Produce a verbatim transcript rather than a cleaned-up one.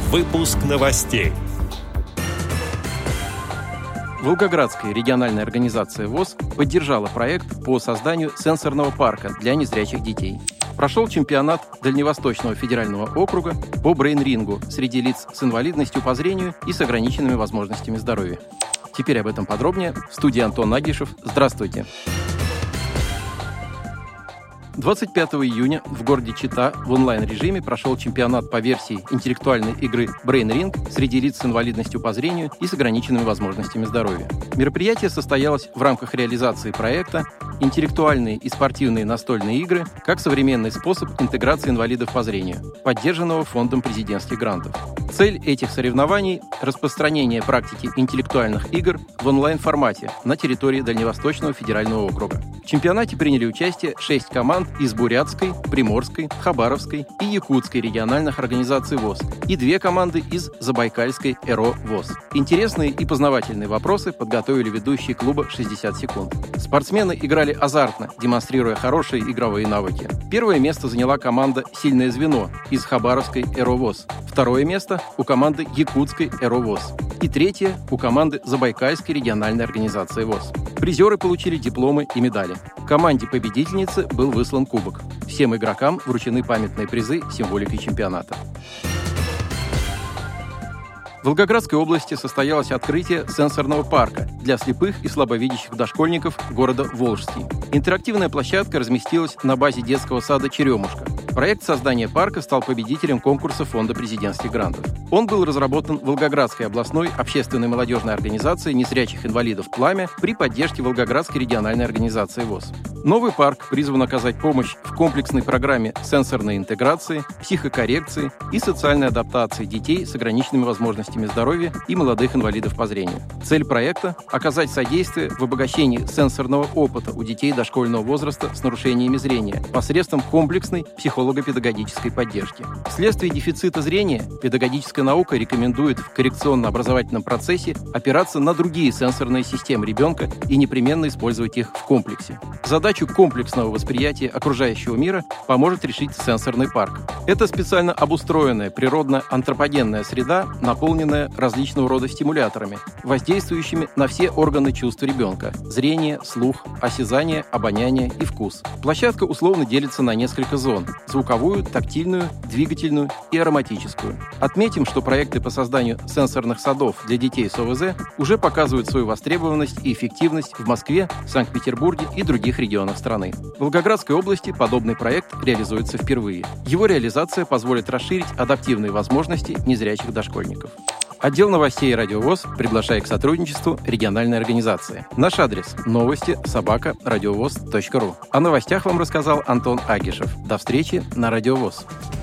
Выпуск новостей. Волгоградская региональная организация ВОС поддержала проект по созданию сенсорного парка для незрячих детей. Прошел чемпионат Дальневосточного федерального округа по брейн-рингу среди лиц с инвалидностью по зрению и с ограниченными возможностями здоровья. Теперь об этом подробнее. В студии Антон Агишев. Здравствуйте. двадцать пятого июня в городе Чита в онлайн-режиме прошел чемпионат по версии интеллектуальной игры Brain Ring среди лиц с инвалидностью по зрению и с ограниченными возможностями здоровья. Мероприятие состоялось в рамках реализации проекта «Интеллектуальные и спортивные настольные игры как современный способ интеграции инвалидов по зрению», поддержанного Фондом президентских грантов. Цель этих соревнований – распространение практики интеллектуальных игр в онлайн-формате на территории Дальневосточного федерального округа. В чемпионате приняли участие шесть команд из Бурятской, Приморской, Хабаровской и Якутской региональных организаций ВОС и две команды из Забайкальской ЭРО ВОС. Интересные и познавательные вопросы подготовили ведущие клуба «шестьдесят секунд». Спортсмены играли азартно, демонстрируя хорошие игровые навыки. Первое место заняла команда «Сильное звено» из Хабаровской ЭРО ВОС. Второе место у команды Якутской ЭРО ВОС. И третье у команды Забайкальской региональной организации ВОС. Призеры получили дипломы и медали. Команде победительницы был выслан кубок. Всем игрокам вручены памятные призы с символикой чемпионата. В Волгоградской области состоялось открытие сенсорного парка для слепых и слабовидящих дошкольников города Волжский. Интерактивная площадка разместилась на базе детского сада «Черемушка». Проект создания парка стал победителем конкурса Фонда президентских грантов. Он был разработан Волгоградской областной общественной молодежной организацией незрячих инвалидов «Пламя» при поддержке Волгоградской региональной организации ВОС. Новый парк призван оказать помощь в комплексной программе сенсорной интеграции, психокоррекции и социальной адаптации детей с ограниченными возможностями здоровья и молодых инвалидов по зрению. Цель проекта – оказать содействие в обогащении сенсорного опыта у детей дошкольного возраста с нарушениями зрения посредством комплексной психолого-педагогической поддержки. Вследствие дефицита зрения педагогическая наука рекомендует в коррекционно-образовательном процессе опираться на другие сенсорные системы ребенка и непременно использовать их в комплексе. Задачу комплексного восприятия окружающего мира поможет решить сенсорный парк. Это специально обустроенная природно-антропогенная среда, наполненная различного рода стимуляторами, воздействующими на все органы чувств ребенка – зрение, слух, осязание, обоняние и вкус. Площадка условно делится на несколько зон – звуковую, тактильную, двигательную и ароматическую. Отметим, что проекты по созданию сенсорных садов для детей с ОВЗ уже показывают свою востребованность и эффективность в Москве, Санкт-Петербурге и других регионах страны. В Волгоградской области подобный проект реализуется впервые. Его реализация позволит расширить адаптивные возможности незрячих дошкольников. Отдел новостей «Радио ВОС» приглашает к сотрудничеству региональной организации. Наш адрес – новости собака радиовоз точка ру. О новостях вам рассказал Антон Агишев. До встречи на «Радио ВОС».